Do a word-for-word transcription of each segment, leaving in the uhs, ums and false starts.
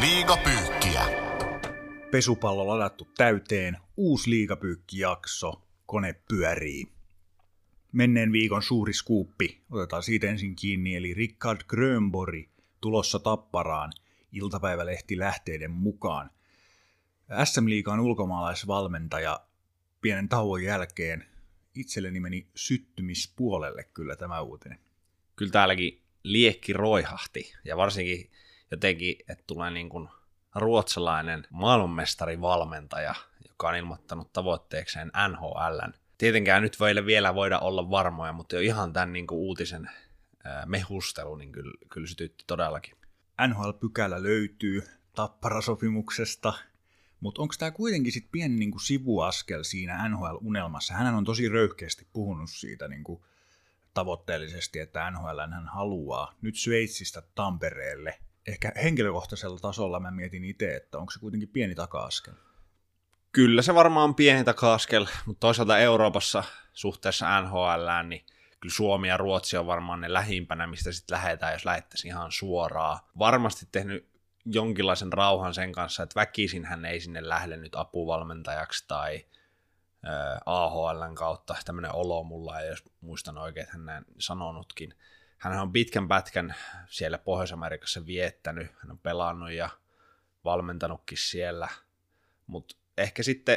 Liigapyykkiä. Pesupallo ladattu täyteen, uusi liigapyykkijakso, kone pyörii. Menneen viikon suuri skuuppi, otetaan siitä ensin kiinni, eli Rickard Grönborg tulossa Tapparaan iltapäivälehti lähteiden mukaan. S M-liigan ulkomaalaisvalmentaja pienen tauon jälkeen itselleni meni syttymispuolelle kyllä tämä uutinen. Kyllä täälläkin liekki roihahti ja varsinkin jotenkin, että tulee niin kuin ruotsalainen maailmanmestarivalmentaja, joka on ilmoittanut tavoitteekseen N H L:n. Tietenkään nyt vielä voida olla varmoja, mutta jo ihan tämän niin kuin uutisen mehustelu niin kyllä, kyllä sytytti todellakin. N H L-pykälä löytyy Tappara-sopimuksesta, mutta onko tämä kuitenkin sit pieni niin kuin sivuaskel siinä N H L-unelmassa? Hän on tosi röyhkeästi puhunut siitä niin kuin tavoitteellisesti, että N H L hän haluaa nyt Sveitsistä Tampereelle. Ehkä henkilökohtaisella tasolla mä mietin itse, että onko se kuitenkin pieni taka-askel. Kyllä se varmaan on pieni taka-askel, mutta toisaalta Euroopassa suhteessa N H L:ään, niin kyllä Suomi ja Ruotsi on varmaan ne lähimpänä, mistä sitten lähdetään, jos lähdettäisiin ihan suoraan. Varmasti tehnyt jonkinlaisen rauhan sen kanssa, että väkisin hän ei sinne lähde nyt apuvalmentajaksi tai A H L:n kautta. Tämmöinen olo mulla ei, jos muistan oikein, että hän näin sanonutkin. Hän on pitkän pätkän siellä Pohjois-Amerikassa viettänyt, hän on pelannut ja valmentanutkin siellä, mutta ehkä sitten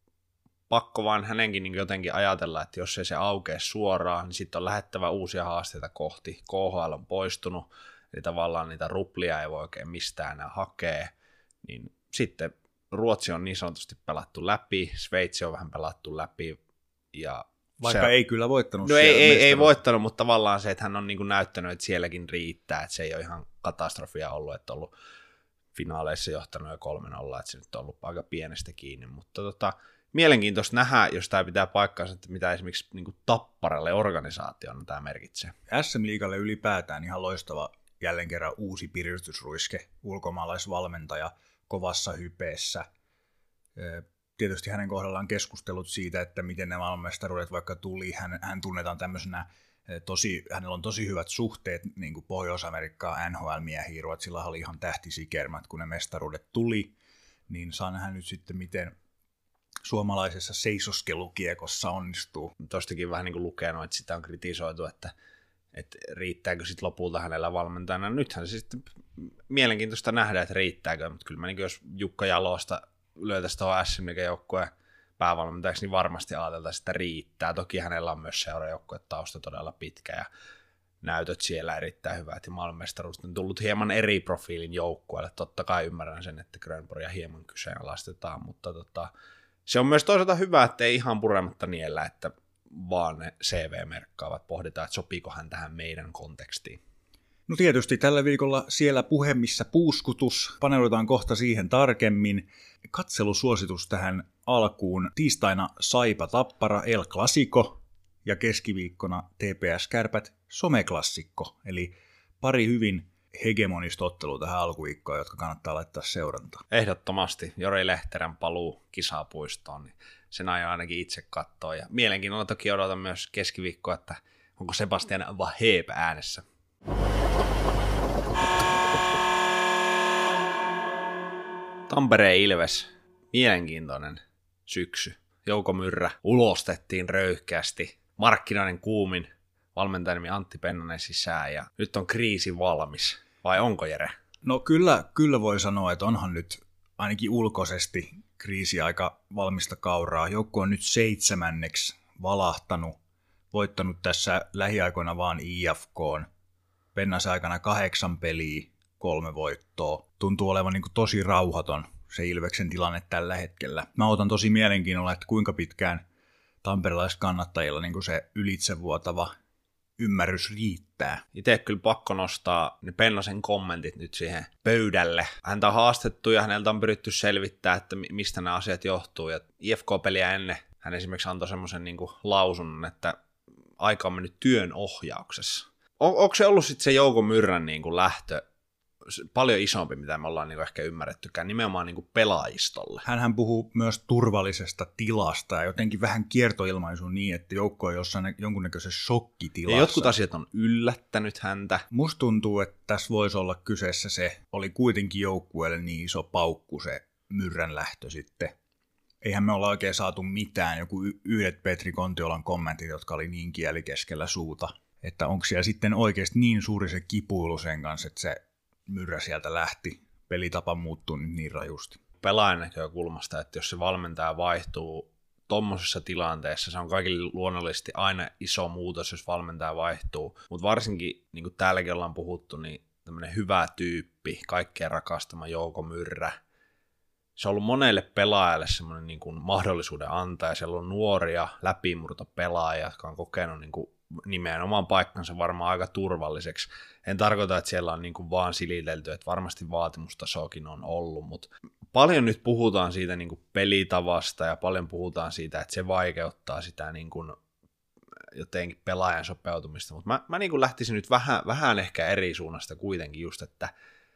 pakko vaan hänenkin niin jotenkin ajatella, että jos ei se aukea suoraan, niin sitten on lähettävä uusia haasteita kohti. K H L on poistunut, eli tavallaan niitä ruplia ei voi oikein mistään enää hakea, niin sitten Ruotsi on niin sanotusti pelattu läpi, Sveitsi on vähän pelattu läpi, ja vaikka se, ei kyllä voittanut no ei, ei, ei voittanut, mutta tavallaan se, että hän on niin kuin näyttänyt, että sielläkin riittää, että se ei ole ihan katastrofia ollut, että on ollut finaaleissa johtanut jo kolme nolla, että se nyt on ollut aika pienestä kiinni, mutta tota, mielenkiintoista nähdä, jos tämä pitää paikkaansa, että mitä esimerkiksi niin kuin Tapparalle organisaationa tämä merkitsee. S M-liigalle ylipäätään ihan loistava jälleen kerran uusi piristysruiske, ulkomaalaisvalmentaja kovassa hypeessä. Tietysti hänen kohdallaan keskustelut siitä, että miten nämä maailmanmestaruudet vaikka tuli. Hän, hän tunnetaan tämmöisenä, tosi, hänellä on tosi hyvät suhteet niin kuin Pohjois-Amerikkaan N H L-miehiin. Ruotsilla oli ihan tähtisikermät, kun ne mestaruudet tuli. Niin saa nähdä nyt sitten, miten suomalaisessa seisoskelukiekossa onnistuu. Tuostakin vähän niin kuin lukenut, että sitä on kritisoitu, että, että riittääkö sitten lopulta hänellä valmentajana. Nythän se sitten mielenkiintoista nähdä, että riittääkö, mutta kyllä mä niin kuin jos Jukka Jalosta löytäisi tuohon S M-joukkueen päävalmentajaksi, niin varmasti ajateltaisiin, että riittää. Toki hänellä on myös seurajoukkueen tausta todella pitkä ja näytöt siellä erittäin hyvät ja maailmanmestaruus on tullut hieman eri profiilin joukkueelle. Totta kai ymmärrän sen, että Grönborgia hieman kyseenalaistetaan, mutta tota, se on myös toisaalta hyvä, että ei ihan purematta niellä, että vaan ne C V-merkkaavat pohditaan, että sopiiko hän tähän meidän kontekstiin. No tietysti tällä viikolla siellä puhe, missä puuskutus. Paneudutaan kohta siihen tarkemmin. Katselusuositus tähän alkuun. Tiistaina Saipa Tappara El Clasico ja keskiviikkona T P S Kärpät Someklassikko. Eli pari hyvin hegemonista ottelua tähän alkuviikkoon, jotka kannattaa laittaa seurantaan. Ehdottomasti Jori Lehterän paluu kisapuistoon, niin sen aion ainakin itse katsoa. Ja mielenkiinnolla toki odotan myös keskiviikkoa, että onko Sebastian Waheb äänessä. Tampereen Ilves, mielenkiintoinen syksy. Jouko Myrrä ulostettiin röyhkeästi. Markkinoiden kuumin valmentaja nimi Antti Pennanen sisään ja nyt on kriisi valmis. Vai onko, Jere? No kyllä, kyllä voi sanoa, että onhan nyt ainakin ulkoisesti kriisi aika valmista kauraa. Joukko on nyt seitsemänneksi valahtanut, voittanut tässä lähiaikoina vaan I F K:n. Pennasen aikana kahdeksan peliä, kolme voittoa. Tuntuu olevan niin kuin tosi rauhaton se Ilveksen tilanne tällä hetkellä. Mä otan tosi mielenkiinnolla, että kuinka pitkään tamperelaiskannattajilla niin kuin se ylitsevuotava ymmärrys riittää. Itse kyllä pakko nostaa ne Pennasen kommentit nyt siihen pöydälle. Häntä on haastettu ja häneltä on pyritty selvittää, että mistä nämä asiat johtuu. Ja I F K-peliä ennen hän esimerkiksi antoi semmoisen niin kuin lausunnon, että aika on mennyt työn ohjauksessa. On, onko se ollut sitten se Jouko Myrrän niin kuin lähtö paljon isompi, mitä me ollaan niin kuin ehkä ymmärrettykään, nimenomaan niin kuin pelaajistolle. Hänhän puhuu myös turvallisesta tilasta ja jotenkin vähän kiertoilmaisu niin, että joukko on jossain jonkunnäköisessä shokkitilassa. Ja jotkut asiat on yllättänyt häntä. Musta tuntuu, että tässä voisi olla kyseessä se, oli kuitenkin joukkueelle niin iso paukku se myrrän lähtö sitten. Eihän me olla oikein saatu mitään, joku y- yhdet Petri Kontiolan kommentit, jotka oli niin kieli keskellä suuta. Että onko siellä sitten oikeasti niin suuri se kipuilu sen kanssa, että se myrrä sieltä lähti. Pelitapa muuttuu nyt niin rajusti. Pelaajan näkökulmasta, että jos se valmentaja vaihtuu tommosessa tilanteessa, se on kaikille luonnollisesti aina iso muutos, jos valmentaja vaihtuu. Mutta varsinkin, niin kuin täälläkin ollaan puhuttu, niin tämmöinen hyvä tyyppi, kaikkien rakastama Jouko Myrrä. Se on ollut monelle pelaajalle semmoinen niin kuin mahdollisuuden antaja. Siellä on nuoria läpimurtopelaajia, jotka on kokenut niin kuin nimenomaan paikkansa varmaan aika turvalliseksi. En tarkoita, että siellä on niin kuin vaan silitelty, että varmasti vaatimustasoakin on ollut, mutta paljon nyt puhutaan siitä niin kuin pelitavasta ja paljon puhutaan siitä, että se vaikeuttaa sitä niin kuin jotenkin pelaajan sopeutumista, mutta mä, mä niin kuin lähtisin nyt vähän, vähän ehkä eri suunnasta kuitenkin just, että,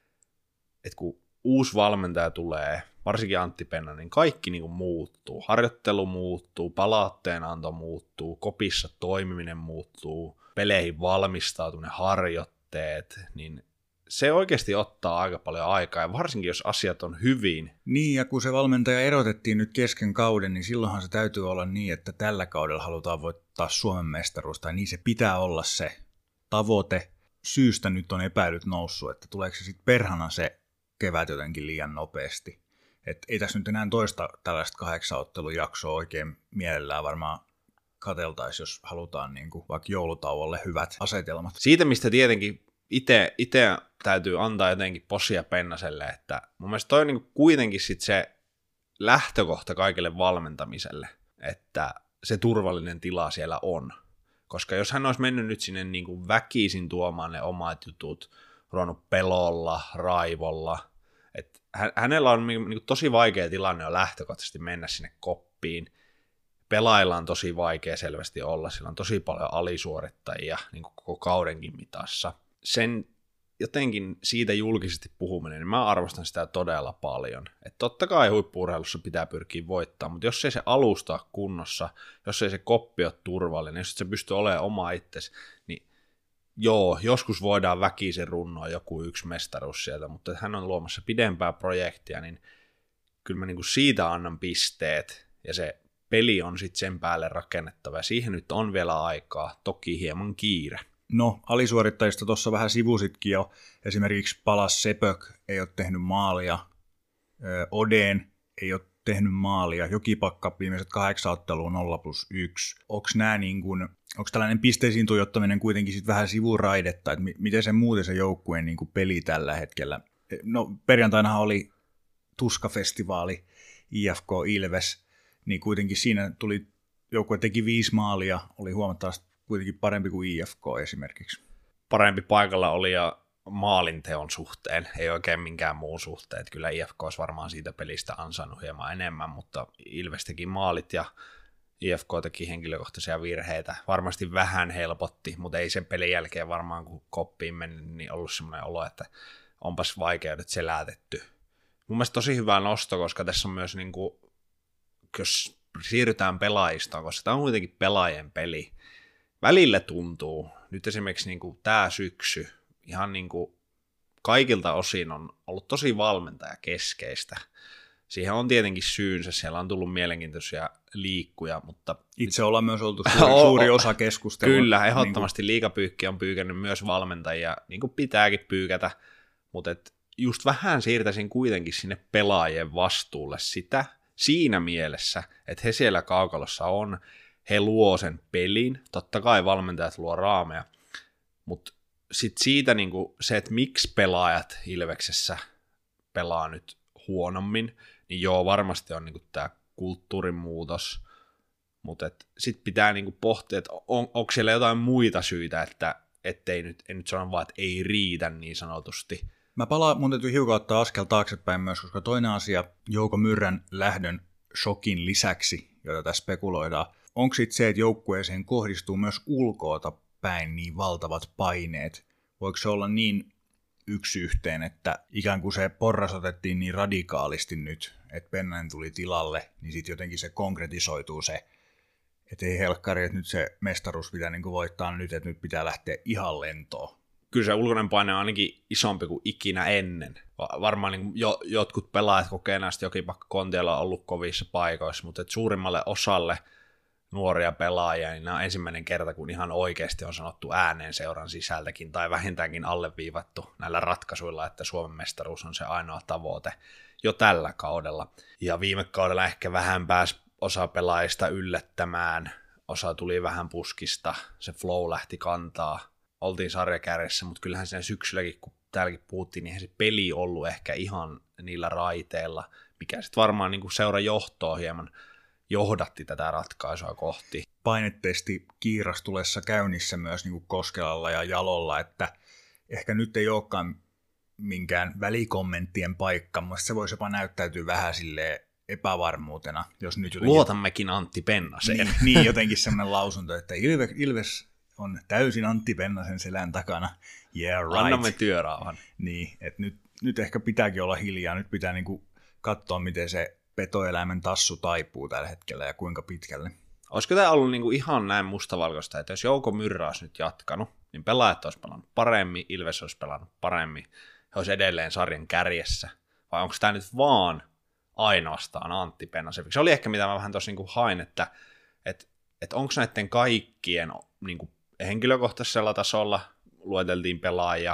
että kun uusi valmentaja tulee, varsinkin Antti Penna, niin kaikki niin kuin muuttuu. Harjoittelu muuttuu, palautteenanto muuttuu, kopissa toimiminen muuttuu, peleihin valmistautuminen, harjoitteet, niin se oikeasti ottaa aika paljon aikaa, ja varsinkin jos asiat on hyvin. Niin, ja kun se valmentaja erotettiin nyt kesken kauden, niin silloinhan se täytyy olla niin, että tällä kaudella halutaan voittaa Suomen mestaruus, tai niin se pitää olla se tavoite. Syystä nyt on epäilyt noussut, että tuleeko se sitten perhana se kevät jotenkin liian nopeasti. Et ei tässä nyt enää toista tällaista kahdeksanottelujaksoa oikein mielellään varmaan katseltaisiin, jos halutaan niin kuin vaikka joulutauolle hyvät asetelmat. Siitä, mistä tietenkin itse täytyy antaa jotenkin posia Pennaselle, että mun mielestä toi on niin kuin kuitenkin sit se lähtökohta kaikille valmentamiselle, että se turvallinen tila siellä on. Koska jos hän olisi mennyt nyt sinne niin kuin väkisin tuomaan ne omat jutut, ruvennut pelolla, raivolla, että hänellä on niin kuin tosi vaikea tilanne jo lähtökohtaisesti mennä sinne koppiin. Pelailla on tosi vaikea selvästi olla, sillä on tosi paljon alisuorittajia niin kuin koko kaudenkin mitassa. Sen jotenkin siitä julkisesti puhuminen, niin mä arvostan sitä todella paljon. Että totta kai huippu-urheilussa pitää pyrkiä voittamaan, mutta jos ei se alusta ole kunnossa, jos ei se koppi ole turvallinen, jos et se pystyy olemaan oma itsesi, niin joo, joskus voidaan väkisin runnoa joku yksi mestaruus sieltä, mutta hän on luomassa pidempää projektia, niin kyllä mä niinku siitä annan pisteet, ja se peli on sitten sen päälle rakennettava, ja siihen nyt on vielä aikaa, toki hieman kiire. No, alisuorittajista tuossa vähän sivusitkin jo. Esimerkiksi Palas Sepök ei ole tehnyt maalia. Oden ei ole tehnyt maalia. Jokipakka viimeiset kahdeksan ottelua nolla plus yksi. Onko nämä niin kuin, onko tällainen pisteisiin tuijottaminen kuitenkin sit vähän sivuraidetta? Että miten se muuten se joukkueen niin kuin peli tällä hetkellä? No, perjantainahan oli Tuska-festivaali, I F K Ilves, niin kuitenkin siinä tuli, joukkue teki viisi maalia, oli huomattavasti kuitenkin parempi kuin I F K esimerkiksi. Parempi paikalla oli ja maalinteon suhteen, ei oikein minkään muun suhteen. Että kyllä I F K olisi varmaan siitä pelistä ansainnut hieman enemmän, mutta Ilves teki maalit ja I F K teki henkilökohtaisia virheitä. Varmasti vähän helpotti, mutta ei sen pelin jälkeen varmaan kun koppiin meni, niin ollut semmoinen olo, että onpas vaikeudet selätetty. Mun mielestä tosi hyvä nosto, koska tässä on myös, niin kuin, jos siirrytään pelaajista, koska tämä on kuitenkin pelaajien peli, välillä tuntuu, nyt esimerkiksi niin kuin tämä syksy, ihan niin kuin kaikilta osin on ollut tosi valmentajakeskeistä. Siihen on tietenkin syynsä, siellä on tullut mielenkiintoisia liikkuja, mutta itse ollaan myös oltu suuri, suuri osa keskustelua. Kyllä, ehdottomasti niin kuin liigapyykki on pyykännyt myös valmentajia, niin kuin pitääkin pyykätä, mutta et just vähän siirtäisin kuitenkin sinne pelaajien vastuulle sitä siinä mielessä, että he siellä kaukalossa on, he luo sen pelin, totta kai valmentajat luo raameja, mutta sitten siitä niinku se, että miksi pelaajat Ilveksessä pelaa nyt huonommin, niin joo, varmasti on niinku tämä kulttuurin muutos, mutta sitten pitää niinku pohtia, että on, onko siellä jotain muita syitä, että ettei nyt, en nyt sano vaan, että ei riitä niin sanotusti. Mä palaan, mun täytyy hiukan ottaa askel taaksepäin myös, koska toinen asia Jouko Myrrän lähdön shokin lisäksi, jota tässä spekuloidaan, onko sitten se, että joukkueeseen kohdistuu myös ulkoota päin niin valtavat paineet? Voiko se olla niin yksi yhteen, että ikään kuin se porras otettiin niin radikaalisti nyt, että Pennanen tuli tilalle, niin sitten jotenkin se konkretisoituu se, että ei helkkari, että nyt se mestaruus pitää niin kuin voittaa nyt, että nyt pitää lähteä ihan lentoon. Kyllä se ulkoinen paine on ainakin isompi kuin ikinä ennen. Varmaan niin jo, jotkut pelaajat kokee näistä jokin vaikka Kontialla on ollut kovissa paikoissa, mutta et suurimmalle osalle nuoria pelaajia, niin nämä on ensimmäinen kerta, kun ihan oikeasti on sanottu ääneen seuran sisältäkin, tai vähintäänkin alleviivattu näillä ratkaisuilla, että Suomen mestaruus on se ainoa tavoite jo tällä kaudella. Ja viime kaudella ehkä vähän pääsi osa pelaajista yllättämään, osa tuli vähän puskista, se flow lähti kantaa, oltiin sarjakärjessä, mutta kyllähän sen syksylläkin, kun täälläkin puhuttiin, niin eihän se peli ollut ehkä ihan niillä raiteilla, mikä sitten varmaan niin kuin seuran johtoa hieman johdatti tätä ratkaisua kohti. Painetesti kiirastulessa käynnissä myös niin kuin Koskelalla ja Jalolla, että ehkä nyt ei olekaan minkään välikommenttien paikka, mutta se voisi jopa näyttäytyä vähän silleen epävarmuutena. Jos nyt jotenkin... Luotammekin Antti Pennaseen. Niin, niin jotenkin sellainen lausunto, että Ilves, Ilves on täysin Antti Pennasen selän takana. Yeah, right. Annamme työrauhan. Niin, että nyt, nyt ehkä pitääkin olla hiljaa. Nyt pitää niinku katsoa, miten se petoeläimen tassu taipuu tällä hetkellä ja kuinka pitkälle. Olisiko tämä ollut niinku ihan näin mustavalkoista, että jos Jouko Myrrä olisi nyt jatkanut, niin pelaajat olisi pelannut paremmin, Ilves olisi pelannut paremmin, he olisi edelleen sarjan kärjessä. Vai onko tämä nyt vaan ainoastaan Antti Pennasen? Se oli ehkä mitä mä vähän tuossa niinku hain, että et, et onko näiden kaikkien niinku henkilökohtaisella tasolla, lueteltiin pelaajia,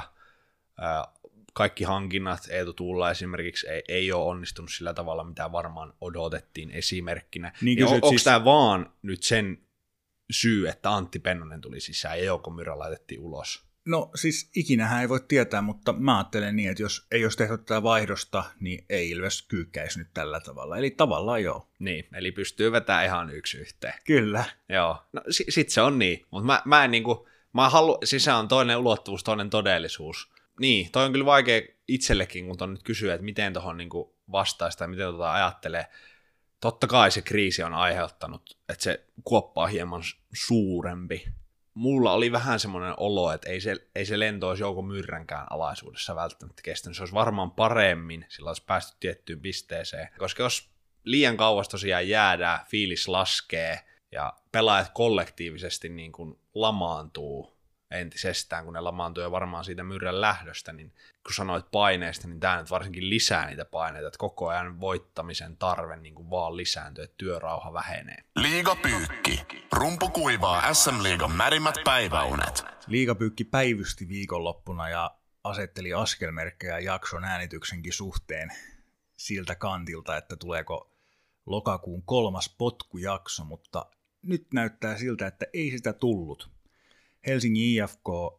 ää, kaikki hankinnat, Eetu Tuula esimerkiksi ei, ei ole onnistunut sillä tavalla, mitä varmaan odotettiin esimerkkinä. Niin niin on, onko siis... tämä vaan nyt sen syy, että Antti Pennanen tuli sisään ja Jouko Myrrä laitettiin ulos? No siis ikinähän ei voi tietää, mutta mä ajattelen niin, että jos ei olisi tehty tätä vaihdosta, niin ei Ilves kyykkäisi nyt tällä tavalla. Eli tavallaan joo. Niin, eli pystyy vetämään ihan yksi yhteen. Kyllä. Joo, no s- sit se on niin, mutta mä, mä en niinku, mä halu, sisään on toinen ulottuvuus, toinen todellisuus. Niin, toi on kyllä vaikea itsellekin, kun on nyt kysyä, että miten tuohon niinku vastaisi tai miten tuota ajattelee. Totta kai se kriisi on aiheuttanut, että se kuoppa on hieman suurempi. Mulla oli vähän semmoinen olo, että ei se, ei se lento olisi Jouko Myrränkään alaisuudessa välttämättä kestänyt. Se olisi varmaan paremmin, sillä olisi päästy tiettyyn pisteeseen. Koska jos liian kauas tosiaan jäädään, fiilis laskee ja pelaajat kollektiivisesti niin kuin lamaantuu entisestään, kun ne lamaantuu jo varmaan siitä Myrrän lähdöstä, niin kun sanoit paineesta, niin tämä nyt varsinkin lisää niitä paineita, että koko ajan voittamisen tarve niin kuin vaan lisääntyy, että työrauha vähenee. Liigapyykki. Rumpu kuivaa S M-liigan märimmät päiväunet. Liigapyykki päivysti viikonloppuna ja asetteli askelmerkkejä jakson äänityksenkin suhteen siltä kantilta, että tuleeko lokakuun kolmas potkujakso, mutta nyt näyttää siltä, että ei sitä tullut. Helsingin I F K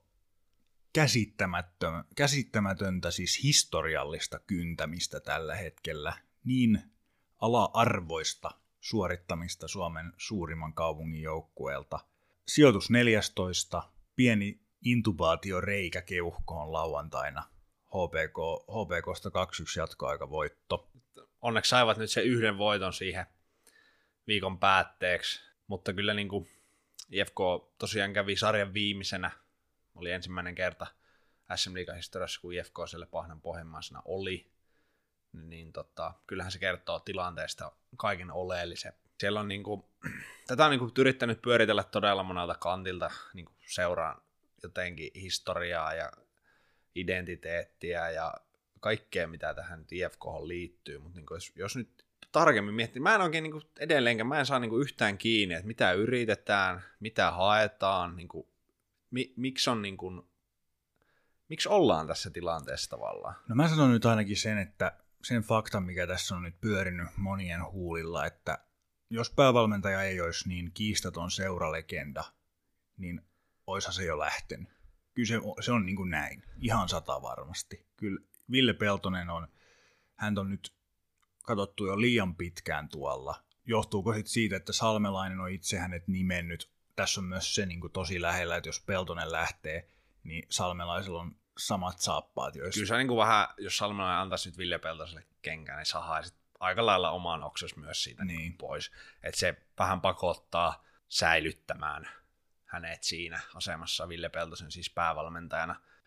käsittämätön, käsittämätöntä, siis historiallista kyntämistä tällä hetkellä, niin ala-arvoista suorittamista Suomen suurimman kaupungin joukkueelta. Sijoitus neljästoista, pieni intubaatioreikä keuhkoon lauantaina, H P K, H P K:sta kaksi yksi jatkoaikavoitto. Onneksi saivat nyt se yhden voiton siihen viikon päätteeksi, mutta kyllä niin kuin I F K tosiaan kävi sarjan viimeisenä, oli ensimmäinen kerta S M-liigan historiassa, kun I F K siellä pahnan pohjimmaisena oli, niin tota, kyllähän se kertoo tilanteesta kaiken oleellisen. Siellä on niinku, tätä on niinku yrittänyt pyöritellä todella monelta kantilta, niinku seuraan jotenkin historiaa ja identiteettiä ja kaikkea, mitä tähän nyt I F K:hon liittyy, mutta niinku jos, jos nyt tarkemmin miettii, mä en oikein niinku edelleenkään, mä en saa niinku yhtään kiinni, että mitä yritetään, mitä haetaan, niinku, mi, miksi on niinku, miksi ollaan tässä tilanteessa tavallaan? No mä sanon nyt ainakin sen, että sen faktan, mikä tässä on nyt pyörinyt monien huulilla, että jos päävalmentaja ei olisi niin kiistaton seuralegenda, niin oishan se jo lähtenyt. Kyllä se, se on niin kuin näin, ihan sata varmasti. Kyllä Ville Peltonen on, hän on nyt katsottu jo liian pitkään tuolla. Johtuuko sitten siitä, että Salmelainen on itse hänet nimennyt? Tässä on myös se niin kuin tosi lähellä, että jos Peltonen lähtee, niin Salmelaisella on samat saappaat. Joissa... Kyllä se niin kuin vähän, jos Salmelainen antaisi nyt Ville Peltoselle kenkään, niin sahaisit aika lailla oman oksas myös siitä niin pois. Että se vähän pakottaa säilyttämään hänet siinä asemassa, Ville Peltosen siis päävalmentajana.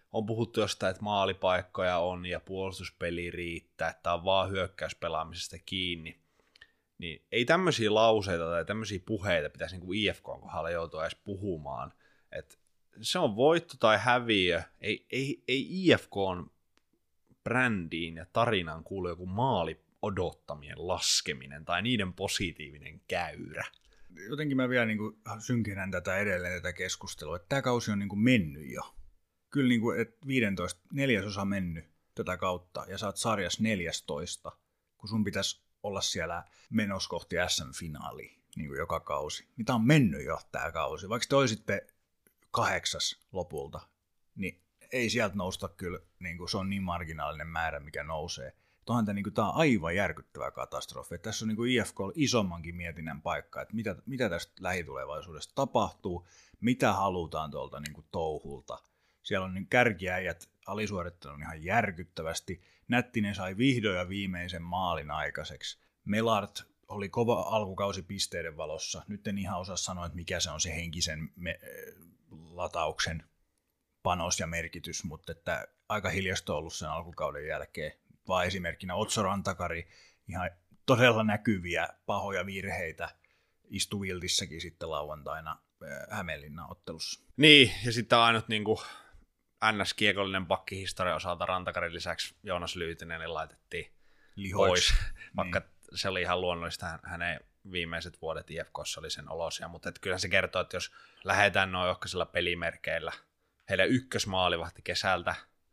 on puhuttu jostain, että maalipaikkoja on ja puolustuspeli riittää, että on vaan hyökkäyspelaamisesta kiinni. Niin ei tämmöisiä lauseita tai tämmöisiä puheita pitäisi niin kuin I F K:n kohdalla joutua edes puhumaan. Et se on voitto tai häviö. Ei, ei, ei I F K:n brändiin ja tarinaan kuulu joku maali odottamien laskeminen tai niiden positiivinen käyrä. Jotenkin mä vielä niin kuin synkennän tätä edelleen tätä keskustelua, että tämä kausi on niin kuin mennyt jo. Kyllä niin kuin, että viisitoista neljäsosa mennyt tätä kautta ja sä oot sarjas neljästoista, kun sun pitäisi olla siellä menossa kohti S M-finaaliin niin kuin joka kausi. Niin tää on mennyt jo tää kausi. Vaikka te olisitte kahdeksas lopulta, niin ei sieltä nousta kyllä, niin kuin se on niin marginaalinen määrä, mikä nousee. Onhan tämä, niin kuin, tämä on aivan järkyttävä katastrofi. Että tässä on niin kuin I F K isommankin mietinnän paikka, että mitä, mitä tästä lähitulevaisuudesta tapahtuu, mitä halutaan tuolta niin kuin touhulta. Siellä on niin kärkiäijät alisuorittanut ihan järkyttävästi. Nättinen sai vihdoin ja viimeisen maalin aikaiseksi. Melart oli kova alkukausi pisteiden valossa. Nyt en ihan osaa sanoa, että mikä se on se henkisen me- latauksen panos ja merkitys, mutta että aika hiljasta on ollut sen alkukauden jälkeen. Vaan esimerkkinä Otso Rantakari, ihan todella näkyviä pahoja virheitä istui Viltissäkin sitten lauantaina Hämeenlinnan ottelussa. Niin, ja sitten ainut niin kuin N S-kiekollinen pakki historian osalta Rantakarin lisäksi Joonas Lyytinen niin laitettiin Lihoiksi. pois, vaikka niin. Se oli ihan luonnollista, hänen viimeiset vuodet I F K:ssa oli sen olosia, mutta kyllähän se kertoo, että jos lähdetään noin ohkaisilla pelimerkeillä, heidän ykkösmaalivahti kesältä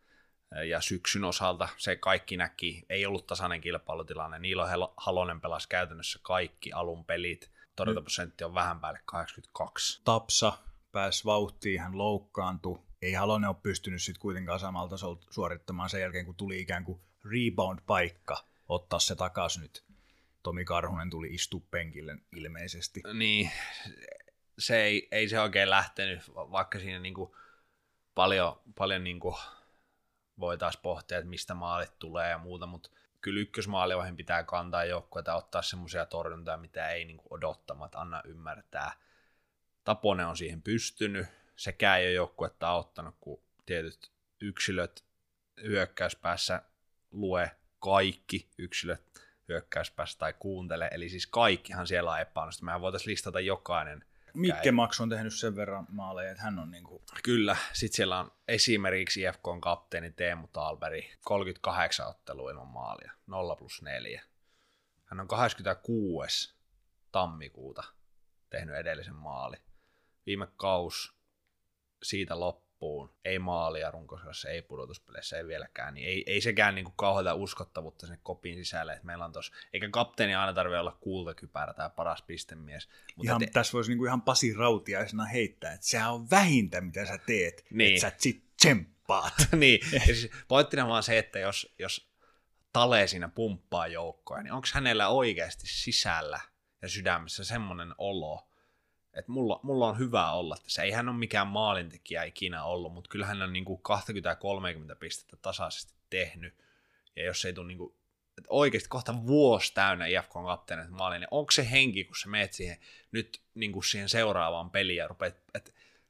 ja syksyn osalta, se kaikki näki, ei ollut tasainen kilpailutilanne, Niilo Halonen pelasi käytännössä kaikki alun pelit, torjuntaprosentti on vähän päälle kahdeksankymmentäkaksi. Tapsa pääsi vauhtiin, hän loukkaantui. Ei Halonen ole pystynyt sitten kuitenkaan samalta tasolta suorittamaan sen jälkeen, kun tuli ikään kuin rebound-paikka ottaa se takaisin nyt. Tomi Karhunen tuli istua penkille ilmeisesti. Niin, se ei, ei se oikein lähtenyt, vaikka siinä niinku paljon, paljon niinku voitaisiin pohtia, että mistä maalit tulee ja muuta, mutta kyllä ykkösmaalivahin pitää kantaa joukkueita, ottaa semmoisia torjuntaa, mitä ei niinku odottamat anna ymmärtää. Taponen on siihen pystynyt, sekään ei ole joukkuetta auttanut, kun tietyt yksilöt hyökkäyspäässä lue kaikki yksilöt hyökkäyspäässä tai kuuntele, eli siis kaikkihan siellä on epäonnistunut. Mehän voitaisiin listata jokainen. Mikke Maks on tehnyt sen verran maaleja, että hän on niinku... Kyllä, sitten siellä on esimerkiksi I F K:n kapteeni Teemu Talberi, kolmekymmentäkahdeksan ottelua ilman maalia, nolla plus neljä. Hän on kahdeskymmeneskuudes tammikuuta tehnyt edellisen maali. Viime kaus siitä loppuun, ei maalia runkosarjassa, ei pudotuspeleissä, ei vieläkään, niin ei, ei sekään niinku kauheata uskottavuutta sinne kopin sisälle, että meillä on tossa, eikä kapteeni aina tarvitse olla kultakypärä tai paras pistemies. Mutta ihan, te... Tässä voisi niinku ihan Pasi Rautiaisena heittää, että sehän on vähintä, mitä sä teet, niin. että sä sit tsemppaat. niin, ja siis pointtina vaan se, että jos, jos Tale siinä pumppaa joukkoja, niin onko hänellä oikeasti sisällä ja sydämessä semmoinen olo, että mulla, mulla on hyvä olla tässä. Ei hän ole mikään maalintekijä ikinä ollut, mutta kyllä hän on niinku kaksikymmentä kolmekymmentä pistettä tasaisesti tehnyt. Ja jos ei tule niinku, että oikeasti kohta vuosi täynnä I F K:n kapteenit maaliin, niin onko se henki, kun sä meet siihen, nyt niinku siihen seuraavaan peliin ja rupeat, että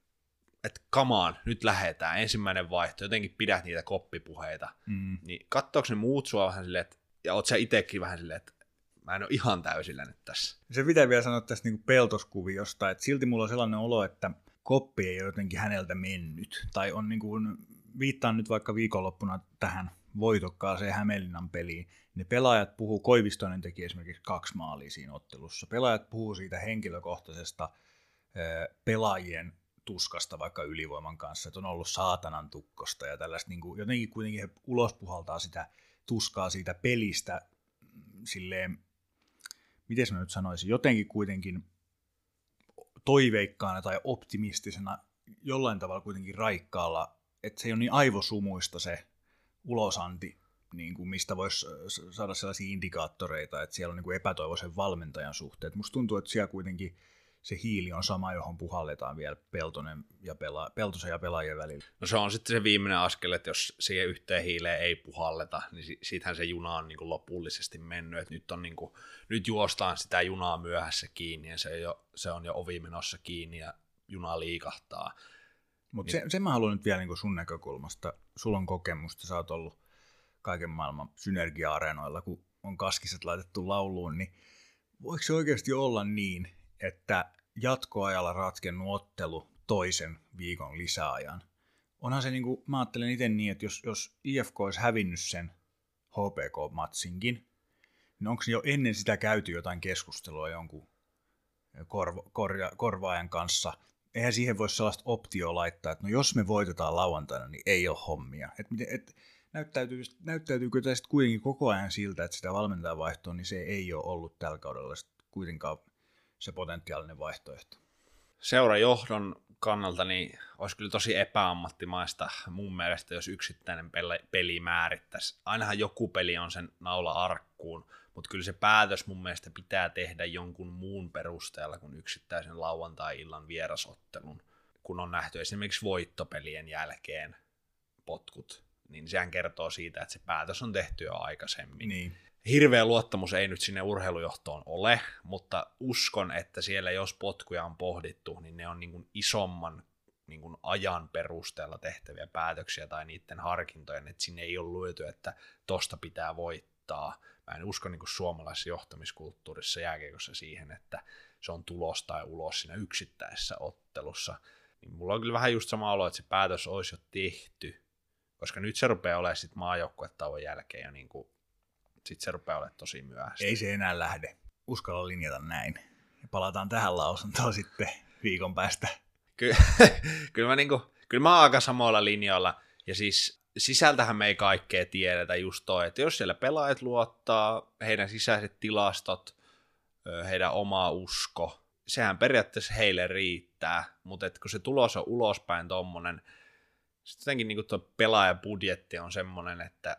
et come on, nyt lähdetään, ensimmäinen vaihto, jotenkin pidät niitä koppipuheita. Mm. Niin katsoako ne muut sua vähän silleen, että, ja oot sä itsekin vähän silleen, että mä en ole ihan täysillä nyt tässä. Se pitää vielä sanoa tästä niin kuin peltoskuviosta, että silti mulla on sellainen olo, että koppi ei ole jotenkin häneltä mennyt. Tai on niin kuin, viittaan nyt vaikka viikonloppuna tähän voitokkaaseen Hämeenlinnan peliin. Ne pelaajat puhuu, Koivistoinen teki esimerkiksi kaksi maalia siinä ottelussa. Pelaajat puhuu siitä henkilökohtaisesta pelaajien tuskasta vaikka ylivoiman kanssa, että on ollut saatanan tukkosta ja tällaista, niin kuin, jotenkin kuitenkin he ulos puhaltaa sitä tuskaa siitä pelistä silleen, miten mä nyt sanoisin, jotenkin kuitenkin toiveikkaana tai optimistisena, jollain tavalla kuitenkin raikkaalla, että se ei ole niin aivosumuista se ulosanti, niin kuin mistä voisi saada sellaisia indikaattoreita, että siellä on niin kuin epätoivoisen valmentajan suhteet. Musta tuntuu, että siellä kuitenkin se hiili on sama, johon puhalletaan vielä Peltonen ja pela- Peltosen ja pelaajien välillä. No se on sitten se viimeinen askel, että jos siihen yhteen hiileen ei puhalleta, niin siitähän se juna on niin kuin lopullisesti mennyt. Että nyt, on niin kuin, nyt juostaan sitä junaa myöhässä kiinni ja se, jo, se on jo ovi menossa kiinni ja juna liikahtaa. Mutta niin. se, sen mä haluan nyt vielä niin sun näkökulmasta. Sulla on kokemusta, sä oot ollut kaiken maailman synergia-areenoilla, kun on kaskiset laitettu lauluun, niin voiko se oikeasti olla niin, että jatkoajalla ratkennut ottelu toisen viikon lisäajan? Onhan se, niin kuin, mä ajattelen itse niin, että jos, jos I F K olisi hävinnyt sen H P K-matsinkin, niin onko jo ennen sitä käyty jotain keskustelua jonkun korva, korja, korvaajan kanssa? Eihän siihen voi sellaista optioa laittaa, että no jos me voitetaan lauantaina, niin ei ole hommia. Et, et, näyttäytyy, näyttäytyykö tästä kuitenkin koko ajan siltä, että sitä valmentajan vaihtoa, niin se ei ole ollut tällä kaudella kuitenkaan se potentiaalinen vaihtoehto? Seurajohdon kannalta niin olisi kyllä tosi epäammattimaista mun mielestä, jos yksittäinen peli määrittäisi. Ainahan joku peli on sen naula arkkuun, mutta kyllä se päätös mun mielestä pitää tehdä jonkun muun perusteella kuin yksittäisen lauantai-illan vierasottelun, kun on nähty esimerkiksi voittopelien jälkeen potkut, niin sehän kertoo siitä, että se päätös on tehty jo aikaisemmin. Niin. Hirveä luottamus ei nyt sinne urheilujohtoon ole, mutta uskon, että siellä jos potkuja on pohdittu, niin ne on niin kuin isomman niin kuin ajan perusteella tehtäviä päätöksiä tai niiden harkintojen, että sinne ei ole lyöty, että tosta pitää voittaa. Mä en usko niin kuin suomalaisessa johtamiskulttuurissa jääkiekossa siihen, että se on tulos tai ulos siinä yksittäisessä ottelussa. Niin mulla on kyllä vähän just sama olo, että se päätös olisi jo tehty, koska nyt se rupeaa olemaan sitten maajoukkuetauon jälkeen jo niin kuin sitten se rupeaa olemaan tosi myöhäistä. Ei se enää lähde. Uskalla linjata näin. Ja palataan tähän lausuntoon sitten viikon päästä. Ky- kyllä, mä niinku, kyllä mä oon aika samoilla linjoilla. Ja siis sisältähän me ei kaikkea tiedetä just toi, että jos siellä pelaajat luottaa, heidän sisäiset tilastot, heidän oma usko, sehän periaatteessa heille riittää. Mutta kun se tulos on ulospäin tommonen, sitten jotenkin niinku tuo pelaajabudjetti on semmonen, että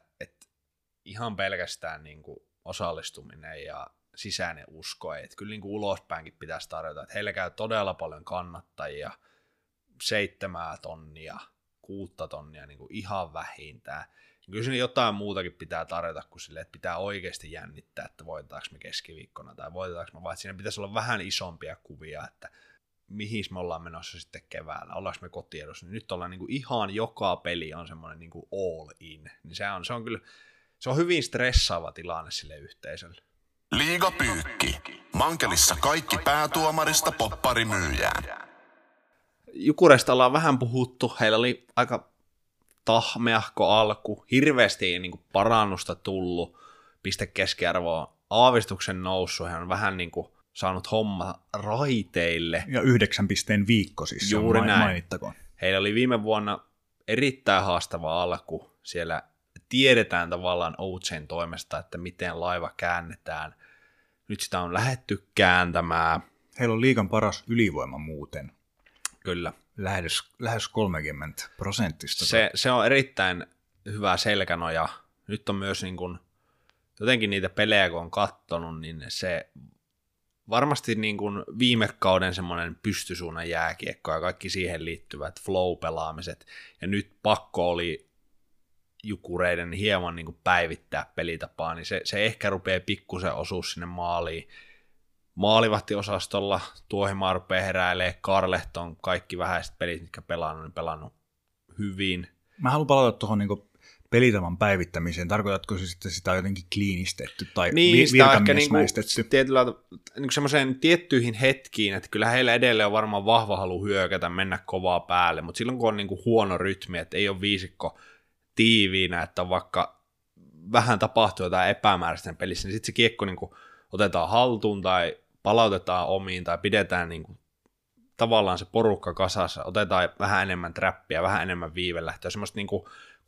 ihan pelkästään niin kuin osallistuminen ja sisäinen usko, että kyllä niin kuin ulospäinkin pitäisi tarjota, että heillä käy todella paljon kannattajia, seitsemää tonnia, kuutta tonnia niin kuin ihan vähintään. Kyllä siinä jotain muutakin pitää tarjota kuin sille, että pitää oikeasti jännittää, että voitetaanko me keskiviikkona tai voitetaanko me, vaan siinä pitäisi olla vähän isompia kuvia, että mihin me ollaan menossa sitten keväällä, ollaanko me kotiedossa. Nyt ollaan niin kuin ihan joka peli on semmoinen niin kuin all in, niin se on, se on kyllä se on hyvin stressaava tilanne sille yhteisölle. Liigapyykki. Mankelissa kaikki päätuomarista popparimyyjään. Jukureista ollaan vähän puhuttu. Heillä oli aika tahmeahko alku. Hirveästi ei niin kuin parannusta tullut. Piste keskiarvoa aavistuksen noussut. He on vähän niin kuin saanut homma raiteille. Ja yhdeksän pisteen viikko siis. Juuri näin. Mainittakoon. Heillä oli viime vuonna erittäin haastava alku. Siellä tiedetään tavallaan Outsen toimesta, että miten laiva käännetään. Nyt sitä on lähdetty kääntämään. Heillä on liigan paras ylivoima muuten. Kyllä. Lähes, lähes kolmekymmentä prosenttista. Se, se on erittäin hyvä selkänoja. Nyt on myös niin kuin, jotenkin niitä pelejä, kun on kattonut, niin se varmasti niin kuin viime kauden semmoinen pystysuunnan jääkiekko ja kaikki siihen liittyvät flow-pelaamiset. Ja nyt pakko oli Jukureiden hieman niin kuin päivittää pelitapaa, niin se, se ehkä rupeaa pikkusen osua sinne maaliin. Maalivahtiosastolla Tuohimaa rupeaa heräilee, Karlehton, kaikki vähäiset pelit, mitkä pelannut, niin pelannut hyvin. Mä haluan palata tuohon niin pelitavan päivittämiseen. Tarkoitatko se sitten sitä jotenkin kliinistetty tai niin, virkamiesmäistetty? Niin tietyllä, niin semmoiseen tiettyihin hetkiin, että kyllä heillä edelleen on varmaan vahva halu hyökätä, mennä kovaa päälle, mutta silloin kun on niin kuin huono rytmi, että ei ole viisikko tiiviinä, että on vaikka vähän tapahtuu jotain epämääräistä pelissä, niin sitten se kiekko niin kuin otetaan haltuun tai palautetaan omiin tai pidetään niin kuin tavallaan se porukka kasassa, otetaan vähän enemmän trappia, vähän enemmän viivelähtöä, semmoista niin kuin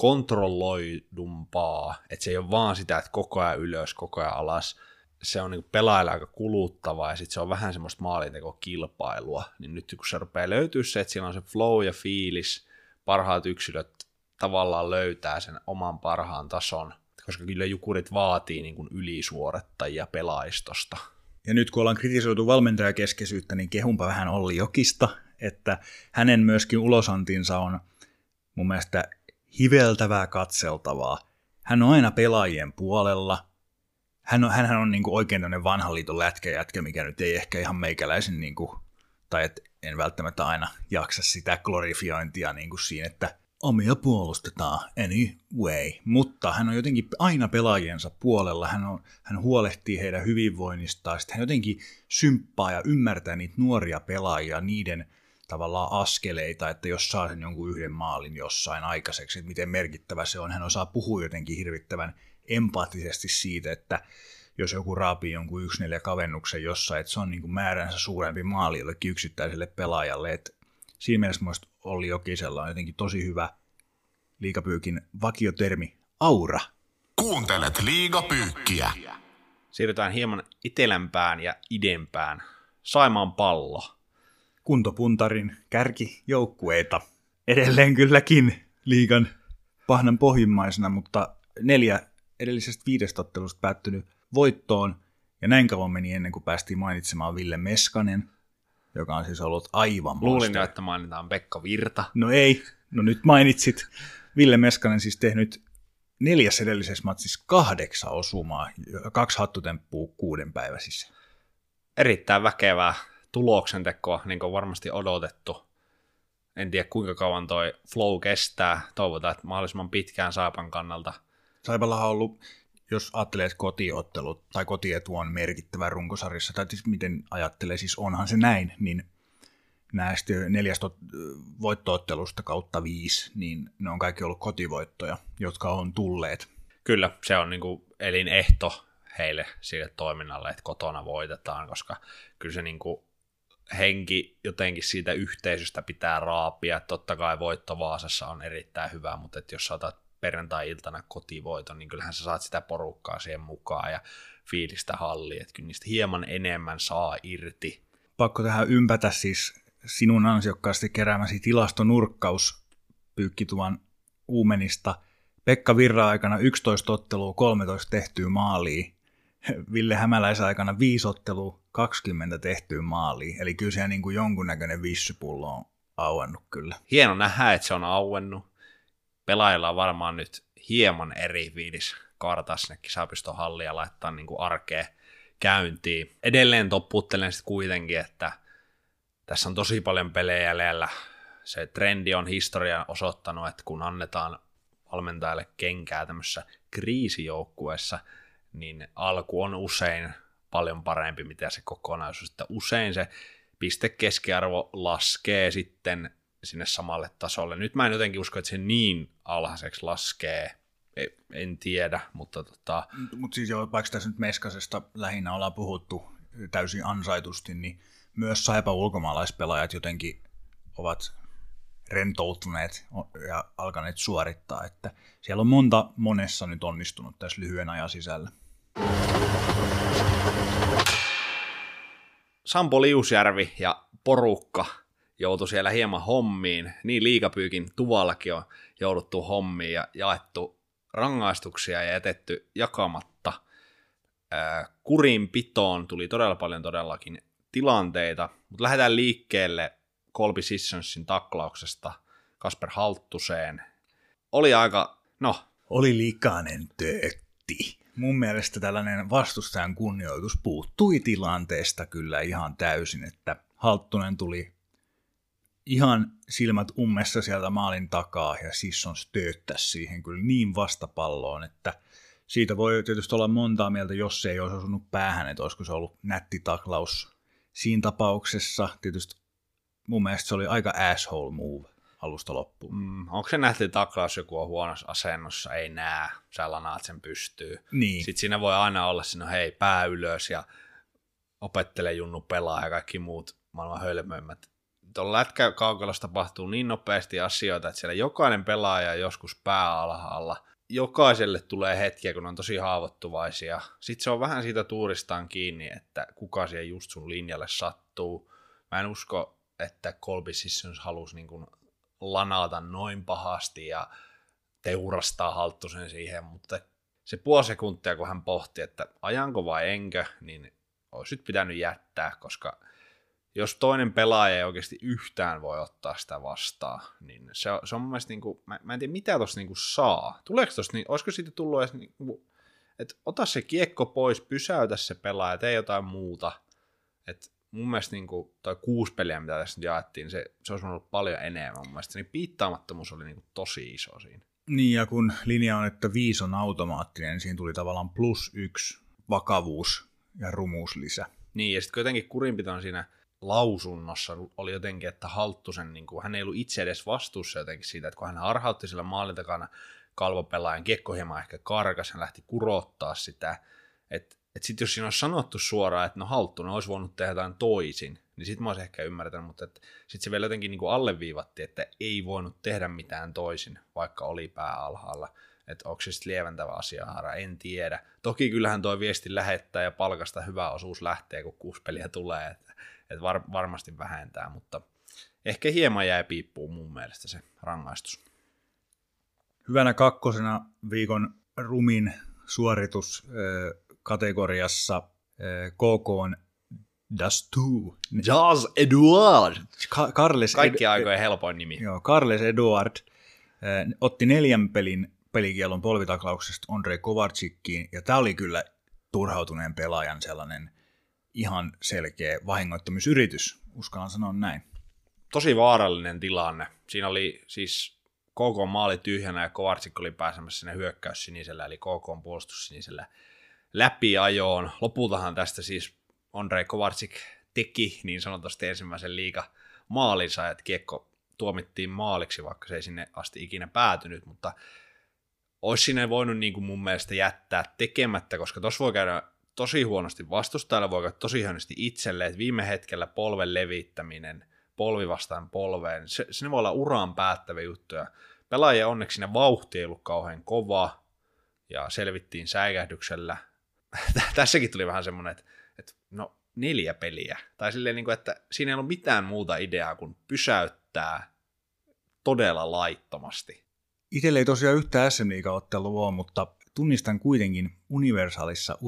kontrolloidumpaa, että se ei ole vaan sitä, että koko ajan ylös, koko ajan alas, se on niin kuin pelaajalla aika kuluttavaa ja sitten se on vähän semmoista maalintekokilpailua, niin nyt kun se rupeaa löytyä se, että siellä on se flow ja fiilis, parhaat yksilöt tavallaan löytää sen oman parhaan tason, koska kyllä Jukurit vaatii niin kuin ylisuorittajia pelaistosta. Ja nyt kun ollaan kritisoitu valmentajakeskeisyyttä, niin kehumpa vähän Olli Jokista, että hänen myöskin ulosantinsa on mun mielestä hiveltävää katseltavaa. Hän on aina pelaajien puolella. Hän on, hänhän on niin kuin oikein tämmöinen vanhan liiton lätkäjätkä, mikä nyt ei ehkä ihan meikäläisen niin kuin tai et en välttämättä aina jaksa sitä glorifiointia niin kuin siinä, että omia puolustetaan anyway, mutta hän on jotenkin aina pelaajiensa puolella, hän, on, hän huolehtii heidän hyvinvoinnistaan, sitten hän jotenkin symppaa ja ymmärtää niitä nuoria pelaajia, niiden tavallaan askeleita, että jos saa sen jonkun yhden maalin jossain aikaiseksi, että miten merkittävä se on, hän osaa puhua jotenkin hirvittävän empaattisesti siitä, että jos joku raapii jonkun yksi neljä kavennuksen jossain, että se on niin kuin määränsä suurempi maali jollekin yksittäiselle pelaajalle, että siinä mielessä mielestäni Olli Jokisella on jotenkin tosi hyvä Liigapyykin vakiotermi, aura. Kuuntelet Liigapyykkiä. Siirrytään hieman itelämpään ja idempään. Saimaan Pallo. Kuntopuntarin kärkijoukkueita. Edelleen kylläkin liigan pahnan pohjimmaisena, mutta neljä edellisestä viidestä ottelusta päättynyt voittoon. Ja näin kauan meni ennen kuin päästiin mainitsemaan Ville Meskanen, joka on siis ollut aivan Luulin jo, että mainitaan Pekka Virta. No ei, no nyt mainitsit. Ville Meskanen siis tehnyt neljäs edellisessä matsissa kahdeksan osumaa, kaksi hattutemppua kuuden päiväisissä. Erittäin väkevää tuloksentekoa, niin kuin varmasti odotettu. En tiedä kuinka kauan toi flow kestää. Toivotaan, että mahdollisimman pitkään Saipan kannalta. Saipalla on ollut, jos ajattelee, että kotiottelut tai kotietu on merkittävä runkosarjassa, tai siis miten ajattelee, siis onhan se näin, niin näistä neljästä voittoottelusta kautta viisi, niin ne on kaikki ollut kotivoittoja, jotka on tulleet. Kyllä, se on niin kuin elinehto heille sille toiminnalle, että kotona voitetaan, koska kyllä se niin kuin henki jotenkin siitä yhteisöstä pitää raapia. Totta kai voitto Vaasassa on erittäin hyvä, mutta että jos saatat perjantai-iltana kotivoiton, niin kyllähän sä saat sitä porukkaa siihen mukaan ja fiilistä halliin, että kyllä niistä hieman enemmän saa irti. Pakko tähän ympätä siis sinun ansiokkaasti keräämäsi tilastonurkkaus Pyykkituvan Uumenista. Pekka Virran aikana yksitoista ottelua, kolmetoista tehtyä maalia. Ville Hämäläisen aikana viisi ottelua, kaksikymmentä tehtyä maalia. Eli kyllä siellä niin kuin jonkunnäköinen vissypullo on auennut kyllä. Hieno nähdä, että se on auennut. Pelaajilla on varmaan nyt hieman eri fiilis kaartaa sinne Kisapiston halliin ja laittaa niin kuin arkea käyntiin. Edelleen topputtelen sitten kuitenkin, että tässä on tosi paljon pelejä jäljellä. Se trendi on historian osoittanut, että kun annetaan valmentajalle kenkää tämmöisessä kriisijoukkueessa, niin alku on usein paljon parempi, mitä se kokonaisuus. Että usein se pistekeskiarvo laskee sitten sinne samalle tasolle. Nyt mä en jotenkin usko, että se niin alhaiseksi laskee. En tiedä, mutta tota... Mutta siis joo, vaikka tässä nyt Meskasesta lähinnä ollaan puhuttu täysin ansaitusti, niin myös Saipan ulkomaalaispelaajat jotenkin ovat rentoutuneet ja alkaneet suorittaa, että siellä on monta monessa nyt onnistunut tässä lyhyen ajan sisällä. Sampo Liusjärvi ja porukka joutui siellä hieman hommiin. Niin Liigapyykin tuvallakin on jouduttu hommiin ja jaettu rangaistuksia ja jätetty jakamatta. Kurinpitoon tuli todella paljon todellakin tilanteita, mutta lähdetään liikkeelle Colby Sissonsin taklauksesta Kasper Halttuseen. Oli aika, no... Oli likainen töötti. Mun mielestä tällainen vastustajan kunnioitus puuttui tilanteesta kyllä ihan täysin, että Halttunen tuli ihan silmät ummessa sieltä maalin takaa ja Sissons tööttäisi siihen kyllä niin vastapalloon, että siitä voi tietysti olla montaa mieltä, jos se ei olisi osunut päähän, että olisiko se ollut nätti taklaus. Siinä tapauksessa tietysti mun mielestä se oli aika asshole move alusta loppuun. Mm, onko se nähty taklaus, joku on huonossa asennossa, ei näe, sä lanaat sen pystyy. Niin. Sitten siinä voi aina olla siinä, hei, pää ylös ja opettele Junnu pelaa ja kaikki muut maailman hölmöimmät. Tuolla lätkäkaukalossa tapahtuu niin nopeasti asioita, että siellä jokainen pelaaja joskus pää alhaalla. Jokaiselle tulee hetkiä, kun on tosi haavoittuvaisia. Sitten se on vähän siitä tuuristaan kiinni, että kuka siihen just sun linjalle sattuu. Mä en usko, että Colby Sissons halusi niin kuin lanata noin pahasti ja teurastaa Halttusen siihen, mutta se puoli sekuntia, kun hän pohti, että ajanko vai enkö, niin olisi nyt pitänyt jättää, koska jos toinen pelaaja ei oikeasti yhtään voi ottaa sitä vastaan, niin se on, se on mun mielestä, niin kuin, mä, mä en tiedä mitä tuossa niin saa. Tuleeko tuossa, niin, olisiko siitä tullut edes, niin kuin, että ota se kiekko pois, pysäytä se pelaaja, tee jotain muuta. Et mun mielestä niin kuin toi kuusi peliä, mitä tässä nyt jaettiin, se, se olisi ollut paljon enemmän. Mun mielestä niin piittaamattomuus oli niin kuin tosi iso siinä. Niin, ja kun linja on, että viisi on automaattinen, niin siinä tuli tavallaan plus yksi vakavuus ja rumuuslisä. Niin, ja sitten jotenkin kurinpito siinä lausunnossa oli jotenkin, että Halttusen, niin kuin, hän ei ollut itse edes vastuussa jotenkin siitä, että kun hän harhautti sillä maalin takana kalvopelaajan, kiekko hieman ehkä karkas, hän lähti kurottaa sitä, että et sitten jos siinä olisi sanottu suoraan, että no Halttunen olisi voinut tehdä jotain toisin, niin sitten mä olisin ehkä ymmärtänyt, mutta sitten se vielä jotenkin niin kuin alleviivatti, että ei voinut tehdä mitään toisin, vaikka oli pää alhaalla. Että onko se sitten lieventävä asia, en tiedä. Toki kyllähän toi viesti lähettää ja palkasta hyvä osuus lähtee, kun kuusi peliä tulee, että et var, varmasti vähentää, mutta ehkä hieman jäi piippuun mun mielestä se rangaistus. Hyvänä kakkosena viikon rumin suoritus kategoriassa K K on Das Tu. Jazz Eduard. Ka- Carles Kaikki Ed- aikojen helpoin nimi. Joo, Carles Eduard eh, otti neljän pelin pelikielon polvitaklauksesta Ondrej Kovarčikkiin, ja tämä oli kyllä turhautuneen pelaajan sellainen ihan selkeä vahingoittamisyritys, uskallan sanoa näin. Tosi vaarallinen tilanne. Siinä oli siis K K maali tyhjänä ja Kovarčik oli pääsemässä sinne hyökkäys sinisellä, eli K K puolustus sinisellä läpiajoon. Lopultahan tästä siis Ondrej Kovarčik teki niin sanotusti ensimmäisen liiga maalinsa, että kiekko tuomittiin maaliksi, vaikka se ei sinne asti ikinä päätynyt, mutta olisi sinne voinut niin kuin mun mielestä jättää tekemättä, koska tuossa voi käydä tosi huonosti vastustajalla, voi käydä tosi huonosti itselle, että viime hetkellä polven levittäminen, polvi vastaan polveen, se, se voi olla uran päättäviä juttuja. Pelaajia onneksi siinä vauhti ei ollut kauhean kova, ja selvittiin säikähdyksellä. Tässäkin tuli vähän semmoinen, että, että no neljä peliä, tai silleen, niin kuin, että siinä ei ollut mitään muuta ideaa kuin pysäyttää todella laittomasti. Itselle ei tosiaan yhtään S M-liiga-ottelua ole, mutta tunnistan kuitenkin universaalissa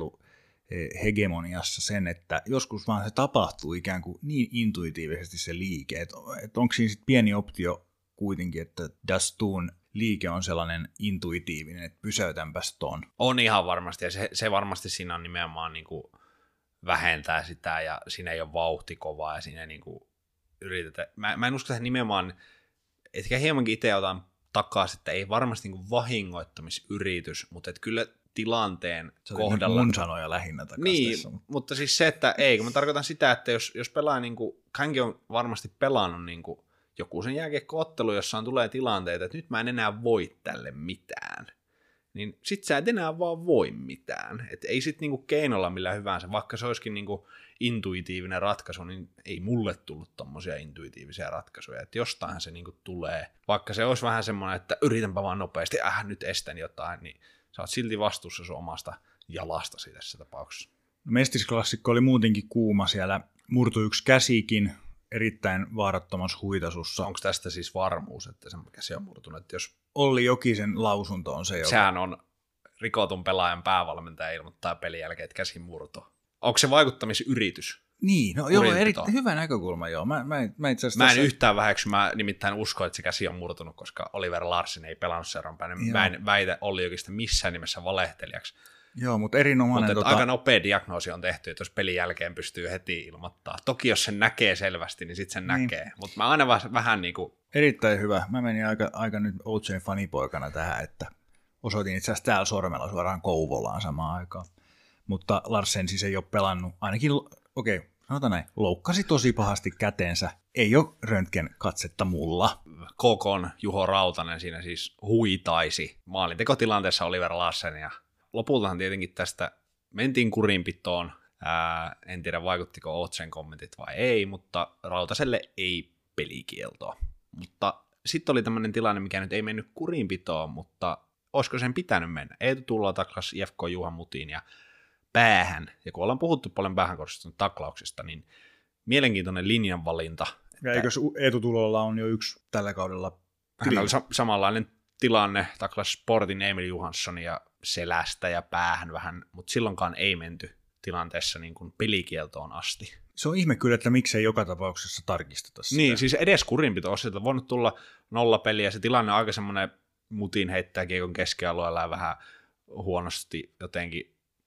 urheiluhegemoniassa sen, että joskus vaan se tapahtuu ikään kuin niin intuitiivisesti se liike, että, että onko siinä sitten pieni optio kuitenkin, että Das Tun liike on sellainen intuitiivinen, että pysäytänpäs ton. On ihan varmasti, ja se, se varmasti siinä on nimenomaan niin kuin vähentää sitä, ja siinä ei ole vauhti kovaa, ja siinä niin kuin yritetään. Mä, mä en usko, että nimenomaan, etkä hiemankin itse otan takaisin, että ei varmasti niin kuin vahingoittamisyritys, mutta että kyllä tilanteen se kohdalla. Mun sanoja lähinnä takaisin Niin, tässä. mutta siis se, että ei, kun mä tarkoitan sitä, että jos, jos pelaa, niin kuin, hänkin on varmasti pelannut niin kuin joku sen jääkiekkoottelu, jossa on tulee tilanteita, että nyt mä en enää voi tälle mitään, niin sit sä et enää vaan voi mitään. Et ei sit niinku keinolla millään hyvänsä, vaikka se olisikin niinku intuitiivinen ratkaisu, niin ei mulle tullut tommosia intuitiivisia ratkaisuja, että jostainhan se niinku tulee. Vaikka se olisi vähän semmoinen, että yritänpä vaan nopeasti, äh nyt estän jotain, niin sä oot silti vastuussa sun omasta jalastasi tässä tapauksessa. No, Mestisklassikko oli muutenkin kuuma, siellä murtui yksi käsikin erittäin vaarattomassa huitasussa. Onko tästä siis varmuus, että se käsi on murtunut? Että jos Olli Jokisen lausunto on se, joka... Sehän on rikotun pelaajan päävalmentaja ilmoittaa pelin jälkeen, että käsi murto. Onko se vaikuttamisyritys? Niin, no joo, eri, hyvä näkökulma, joo. Mä, mä, mä, itse mä en tässä... yhtään väheksy, mä nimittäin usko, että se käsi on murtunut, koska Oliver Larsen ei pelannut seuraan päin. Mä en väitä Olli Jokista missään nimessä valehtelijaksi. Joo, mutta erinomainen... Mutta tota... aika nopea diagnoosi on tehty, että jos pelin jälkeen pystyy heti ilmoittaa. Toki jos sen näkee selvästi, niin sitten sen niin näkee. Mutta mä aina vähän, vähän niin kuin... Erittäin hyvä. Mä menin aika, aika nyt O J:n fanipoikana tähän, että osoitin itse asiassa täällä sormella suoraan Kouvolaan samaan aikaan. Mutta Larsen siis ei ole pelannut, ainakin, okei, okay, sanotaan näin, loukkasi tosi pahasti käteensä. Ei ole röntgen katsetta mulla. K K:n Juho Rautanen siinä siis huitaisi maalintekotilanteessa Oliver Larsen ja lopultahan tietenkin tästä mentiin kurinpitoon. Ää, en tiedä vaikuttiko Otsen kommentit vai ei, mutta Rautaselle ei pelikieltoa. Mutta sitten oli tämmöinen tilanne, mikä nyt ei mennyt kurinpitoon, mutta olisiko sen pitänyt mennä? Eetu Tuulola taklasi I F K Juha Mutin ja päähän. Ja kun ollaan puhuttu paljon päähän kohdistunut taklauksista, niin mielenkiintoinen linjanvalinta. Ja eikö Eetu Tuulola on jo yksi tällä kaudella? Hän oli sa- samanlainen tilanne, taklasi Sportin Emil Johanssonia selästä ja päähän vähän, mutta silloinkaan ei menty tilanteessa niin kuin pelikieltoon asti. Se on ihme kyllä, että miksei joka tapauksessa tarkisteta sitä. Niin, siis edes kurinpito on sieltä voinut tulla nolla peliä, se tilanne on aika semmoinen Mutin heittää kiekon keskialueella ja vähän huonosti jotenkin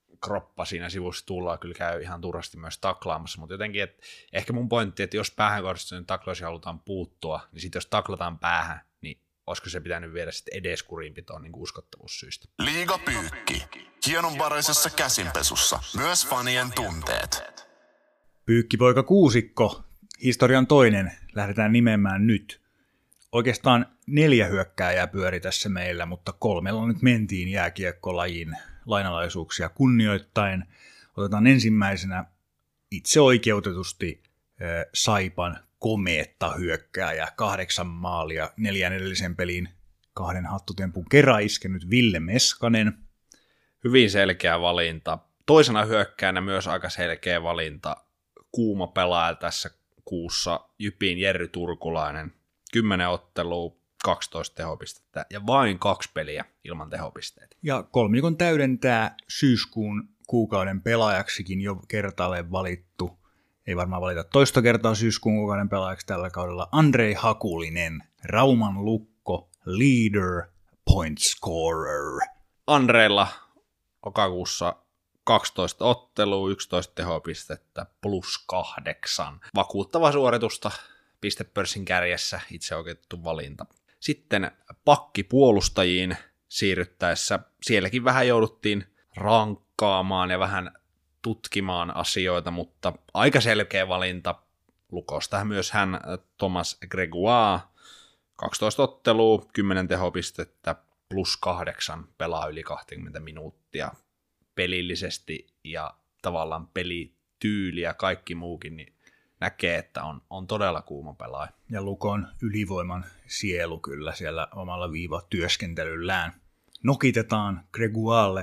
kroppa siinä sivustuulla kyllä käy ihan turhasti myös taklaamassa, mutta jotenkin, että ehkä mun pointti, että jos päähän kohdistuneen taklaisi halutaan puuttua, niin sitten jos taklataan päähän, niin olisiko se pitänyt viedä sitten edes kurinpitoon niin uskottavuussyistä. Liigapyykki. Hienonvaraisessa käsinpesussa. Myös fanien tunteet. Pyykkipoika kuusikko. Historian toinen. Lähdetään nimeämään nyt. Oikeastaan neljä hyökkääjää pyöri tässä meillä, mutta kolmella nyt mentiin jääkiekkolajin lainalaisuuksia kunnioittain. Otetaan ensimmäisenä itse oikeutetusti äh, Saipan komeetta hyökkääjä. Kahdeksan maalia neljän edellisen pelin kahden hattutempun kerran iskenyt Ville Meskanen. Hyvin selkeä valinta. Toisena hyökkäänä myös aika selkeä valinta. Kuuma pelaaja tässä kuussa, Jypin Jerry Turkulainen. kymmenen ottelua, kaksitoista tehopistettä ja vain kaksi peliä ilman tehopisteitä. Ja kolmikon täydentää syyskuun kuukauden pelaajaksikin jo kertaalleen valittu. Ei varmaan valita toista kertaa syyskuun kuukauden pelaajaksi tällä kaudella. Andrei Hakulinen, Rauman lukko, leader, point scorer. Andreilla lokakuussa kaksitoista ottelua, yksitoista tehopistettä, plus kahdeksan. Vakuuttava suoritusta pistepörssin kärjessä, itse oikeutettu valinta. Sitten pakkipuolustajiin siirryttäessä sielläkin vähän jouduttiin rankkaamaan ja vähän tutkimaan asioita, mutta aika selkeä valinta Lukosta myös hän Thomas Gregoire, kaksitoista ottelua, kymmenen tehopistettä, plus kahdeksan, pelaa yli kaksikymmentä minuuttia pelillisesti ja tavallaan pelityyli ja kaikki muukin, niin näkee, että on, on todella kuuma pelaaja. Ja Lukon ylivoiman sielu kyllä siellä omalla viivatyöskentelyllään. Nokitetaan Gregoirelle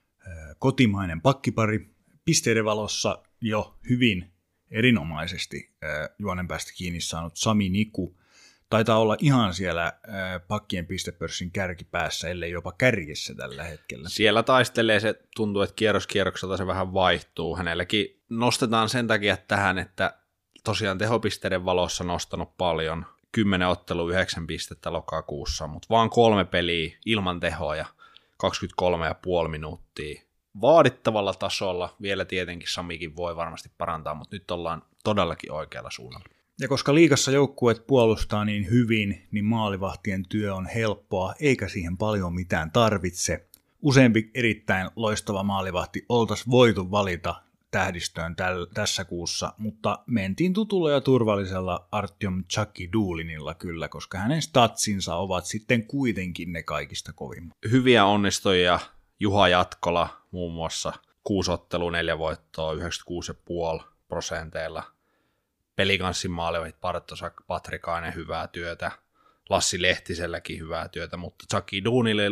kotimainen pakkipari. Pisteiden valossa jo hyvin erinomaisesti juonen päästä kiinni saanut Sami Niku. Taitaa olla ihan siellä pakkien pistepörssin kärkipäässä, ellei jopa kärjessä tällä hetkellä. Siellä taistelee, se tuntuu, että kierros kierrokselta se vähän vaihtuu. Hänelläkin nostetaan sen takia tähän, että tosiaan tehopisteiden valossa nostanut paljon. kymmenen ottelua, yhdeksän pistettä lokakuussa, mutta vaan kolme peliä ilman tehoja, kaksikymmentäkolme pilkku viisi minuuttia. Vaadittavalla tasolla, vielä tietenkin Samikin voi varmasti parantaa, mutta nyt ollaan todellakin oikealla suunnalla. Ja koska liigassa joukkueet puolustaa niin hyvin, niin maalivahtien työ on helppoa, eikä siihen paljon mitään tarvitse. Useampi erittäin loistava maalivahti oltaisiin voitu valita tähdistöön täl, tässä kuussa, mutta mentiin tutulla ja turvallisella Artyom Chakidulinilla kyllä, koska hänen statsinsa ovat sitten kuitenkin ne kaikista kovimmat. Hyviä onnistujia Juha Jatkola muun muassa, kuusi ottelua, neljä voittoa, yhdeksänkymmentäkuusi pilkku viisi prosenteilla. Pelikanssin maalivahti Bartosak Patrikainen hyvää työtä, Lassi Lehtiselläkin hyvää työtä, mutta Saki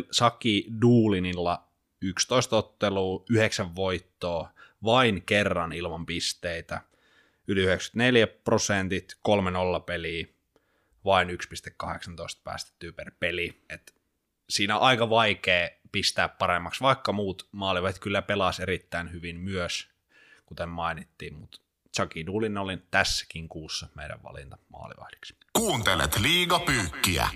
Dulinilla yksitoista ottelua, yhdeksän voittoa, vain kerran ilman pisteitä, yli yhdeksänkymmentäneljä prosentit, kolme nolla peliä, vain yksi pilkku kahdeksantoista päästettyä per peli. Et siinä on aika vaikea pistää paremmaksi, vaikka muut maalivahdit kyllä pelasi erittäin hyvin myös, kuten mainittiin, mutta Chucky Dulin oli tässäkin kuussa meidän valinta maalivahdiksi. Kuuntelet Liigapyykkiä.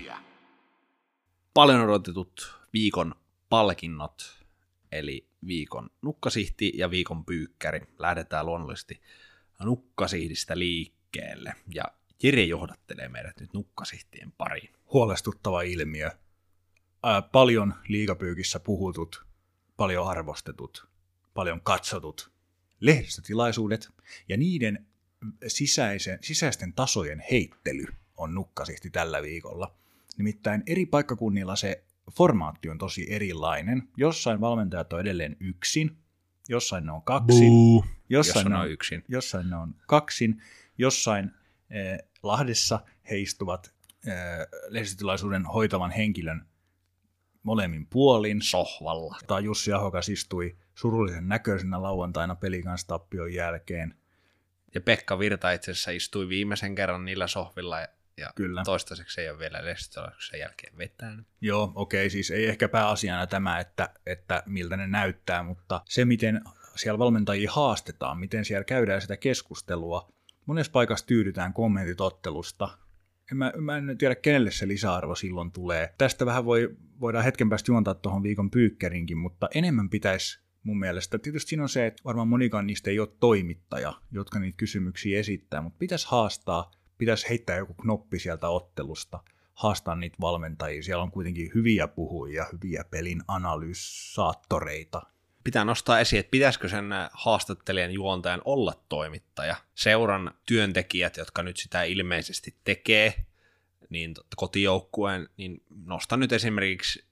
Paljon odotetut viikon palkinnot, eli viikon nukkasihti ja viikon pyykkäri. Lähdetään luonnollisesti nukkasihdistä liikkeelle, ja Jere johdattelee meidät nyt nukkasihtien pariin. Huolestuttava ilmiö. Ää, paljon liigapyykissä puhutut, paljon arvostetut, paljon katsotut lehdistötilaisuudet ja niiden sisäisen, sisäisten tasojen heittely on nukkasihti tällä viikolla. Nimittäin eri paikkakunnilla se formaatti on tosi erilainen. Jossain valmentajat on edelleen yksin, jossain ne on kaksin, Buu. jossain, Jos ne on on, yksin. jossain ne on kaksin, jossain eh, Lahdessa he istuvat eh, lehdistötilaisuuden hoitavan henkilön molemmin puolin. Sohvalla. Tai Jussi Ahokas istui surullisen näköisenä lauantaina Pelikans-tappion jälkeen. Ja Pekka Virta itse asiassa istui viimeisen kerran niillä sohvilla, ja, ja Kyllä. toistaiseksi ei ole vielä lehdistötilaisuuden jälkeen vetänyt. Joo, okei, siis ei ehkä pääasiana tämä, että, että miltä ne näyttää, mutta se, miten siellä valmentajia haastetaan, miten siellä käydään sitä keskustelua. Monessa paikassa tyydytään kommentit ottelusta. En mä, mä en tiedä, kenelle se lisäarvo silloin tulee. Tästä vähän voi, voidaan hetken päästä juontaa tuohon viikon pyykkärinkin, mutta enemmän pitäisi mun mielestä. Tietysti siinä on se, että varmaan monikaan niistä ei ole toimittaja, jotka niitä kysymyksiä esittää, mutta pitäisi haastaa, pitäisi heittää joku knoppi sieltä ottelusta, haastaa niitä valmentajia. Siellä on kuitenkin hyviä puhujia, hyviä pelin analysaattoreita. Pitää nostaa esiin, että pitäisikö sen haastattelijan juontajan olla toimittaja. Seuran työntekijät, jotka nyt sitä ilmeisesti tekee, niin kotijoukkueen, niin nostan nyt esimerkiksi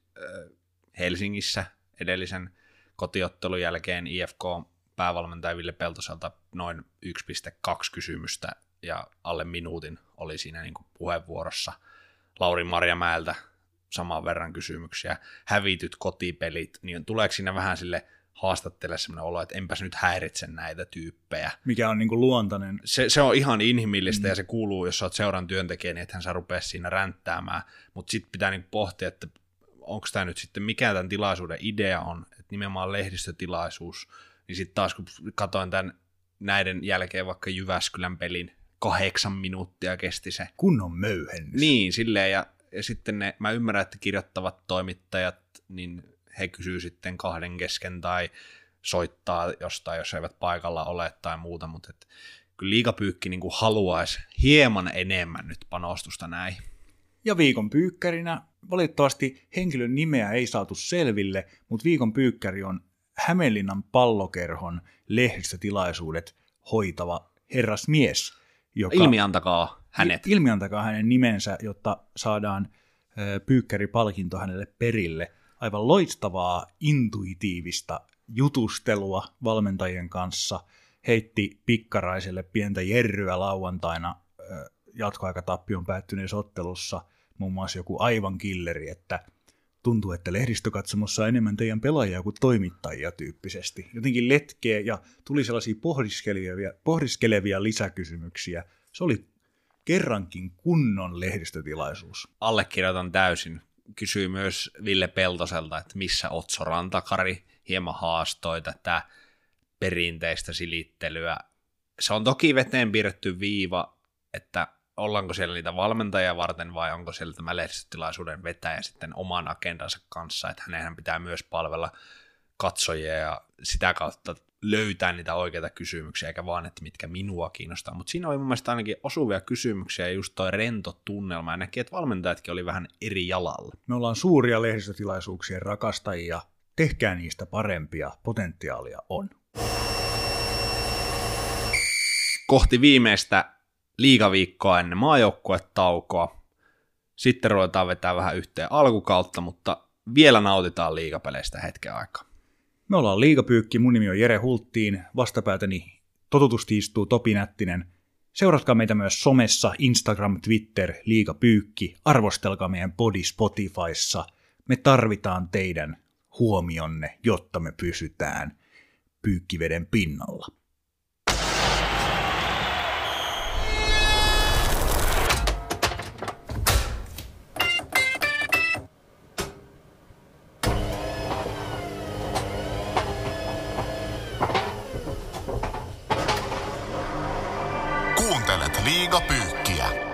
Helsingissä edellisen kotiottelun jälkeen I F K-päävalmentaja Ville Peltoselta noin yksi pilkku kaksi kysymystä ja alle minuutin oli siinä niin kuin puheenvuorossa. Lauri Marjamäeltä saman verran kysymyksiä. Hävityt kotipelit, niin tuleeko siinä vähän sille haastattele sellainen olo, että enpäs nyt häiritse näitä tyyppejä. Mikä on niin kuin luontainen. Se, se on ihan inhimillistä mm. ja se kuuluu, jos sä oot seuran työntekijä, niin ethän sä rupea siinä ränttäämään. Mutta sitten pitää niin pohtia, että onko tämä nyt sitten, mikä tämän tilaisuuden idea on, että nimenomaan lehdistötilaisuus, niin sitten taas kun katsoin tämän näiden jälkeen vaikka Jyväskylän pelin, kahdeksan minuuttia kesti se. Kunnon möyhennys. Niin, silleen, ja, ja sitten ne, mä ymmärrän, että kirjoittavat toimittajat, niin he kysyy sitten kahden kesken tai soittaa jostain, jos eivät paikalla ole tai muuta, mutta et, kyllä Liigapyykki niin kuin haluaisi hieman enemmän nyt panostusta näin. Ja viikon pyykkärinä, valitettavasti henkilön nimeä ei saatu selville, mutta viikon pyykkäri on Hämeenlinnan Pallokerhon lehdistötilaisuudet hoitava herrasmies. Joka, ilmiantakaa hänet. Ilmiantakaa hänen nimensä, jotta saadaan pyykkäripalkinto hänelle perille. Aivan loistavaa, intuitiivista jutustelua valmentajien kanssa. Heitti Pikkaraiselle pientä jerryä lauantaina jatkoaikatappion päättyneessä ottelussa. Muun muassa joku aivan killeri, että tuntuu, että lehdistökatsomossa on enemmän teidän pelaajia kuin toimittajia tyyppisesti. Jotenkin letkeä ja tuli sellaisia pohdiskelevia, pohdiskelevia lisäkysymyksiä. Se oli kerrankin kunnon lehdistötilaisuus. Allekirjoitan täysin. Kysyi myös Ville Peltoselta, että missä Otso Rantakari hieman haastoi tätä perinteistä silittelyä. Se on toki veteen piirretty viiva, että ollaanko siellä niitä valmentajia varten vai onko siellä tämä lehdistötilaisuuden vetäjä sitten oman agendansa kanssa, että hänenhän pitää myös palvella katsojia ja sitä kautta löytää niitä oikeita kysymyksiä, eikä vaan, että mitkä minua kiinnostaa. Mutta siinä oli mun mielestä ainakin osuvia kysymyksiä ja just toi rento tunnelma, ja näki, että valmentajatkin oli vähän eri jalalla. Me ollaan suuria lehdistötilaisuuksien rakastajia, tehkää niistä parempia, potentiaalia on. Kohti viimeistä liigaviikkoa ennen maajoukkuetaukoa. Sitten ruvetaan vetää vähän yhteen alkukautta, mutta vielä nautitaan liigapeleistä hetken aikaa. Me ollaan Liigapyykki, mun nimi on Jere Hulttiin, vastapäätäni totutusti istuu Topi Nättinen. Seuratkaa meitä myös somessa, Instagram, Twitter, Liigapyykki. Arvostelkaa meidän podi Spotifyssa. Me tarvitaan teidän huomionne, jotta me pysytään pyykkiveden pinnalla. Kuuntelet Liigapyykkiä.